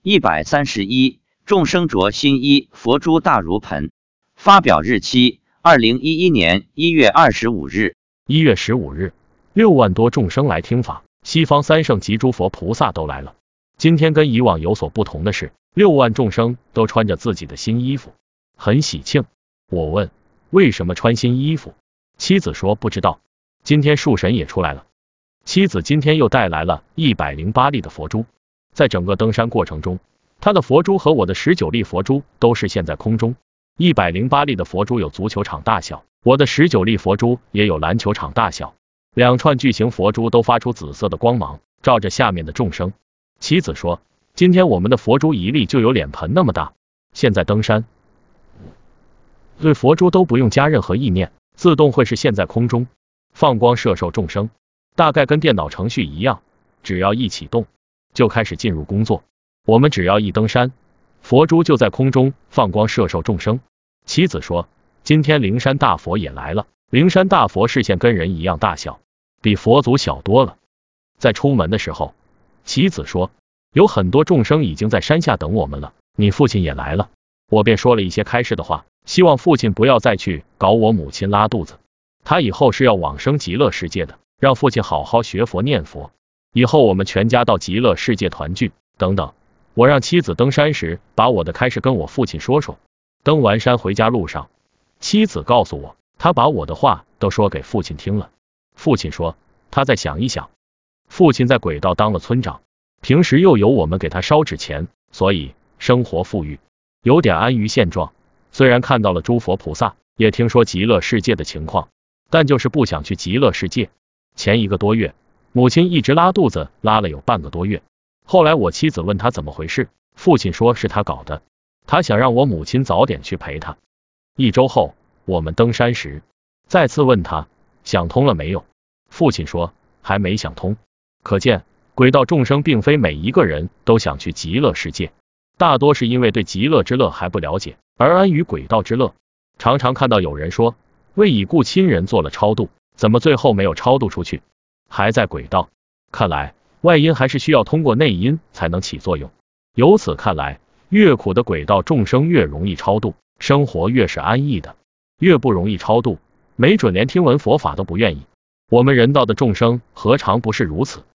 131众生着新衣，佛珠大如盆。发表日期2011年1月25日。 1月15日，6万多众生来听法，西方三圣及诸佛菩萨都来了。今天跟以往有所不同的是，6万众生都穿着自己的新衣服，很喜庆。我问为什么穿新衣服，妻子说不知道。今天树神也出来了，妻子今天又带来了108粒的佛珠。在整个登山过程中，他的佛珠和我的19粒佛珠都是现在空中。108粒的佛珠有足球场大小，我的19粒佛珠也有篮球场大小。2串巨型佛珠都发出紫色的光芒，照着下面的众生。妻子说，今天我们的佛珠一粒就有脸盆那么大。现在登山，对佛珠都不用加任何意念，自动会是现在空中放光摄受众生，大概跟电脑程序一样，只要一启动就开始进入工作。我们只要一登山，佛珠就在空中放光摄受众生。妻子说，今天灵山大佛也来了，灵山大佛视线跟人一样大小，比佛祖小多了。在出门的时候，妻子说，有很多众生已经在山下等我们了，你父亲也来了。我便说了一些开示的话，希望父亲不要再去搞我母亲拉肚子，他以后是要往生极乐世界的，让父亲好好学佛念佛，以后我们全家到极乐世界团聚等等。我让妻子登山时把我的开示跟我父亲说说。登完山回家路上，妻子告诉我，他把我的话都说给父亲听了。父亲说他再想一想。父亲在轨道当了村长，平时又有我们给他烧纸钱，所以生活富裕，有点安于现状。虽然看到了诸佛菩萨，也听说极乐世界的情况，但就是不想去极乐世界。前1个多月，母亲一直拉肚子，拉了有半个多月。后来我妻子问他怎么回事，父亲说是他搞的，他想让我母亲早点去陪他。1周后，我们登山时，再次问他想通了没有，父亲说还没想通。可见轨道众生并非每一个人都想去极乐世界，大多是因为对极乐之乐还不了解，而安于轨道之乐。常常看到有人说，为已故亲人做了超度，怎么最后没有超度出去，还在轨道？看来外因还是需要通过内因才能起作用。由此看来，越苦的轨道众生越容易超度，生活越是安逸的；越不容易超度，没准连听闻佛法都不愿意。我们人道的众生何尝不是如此？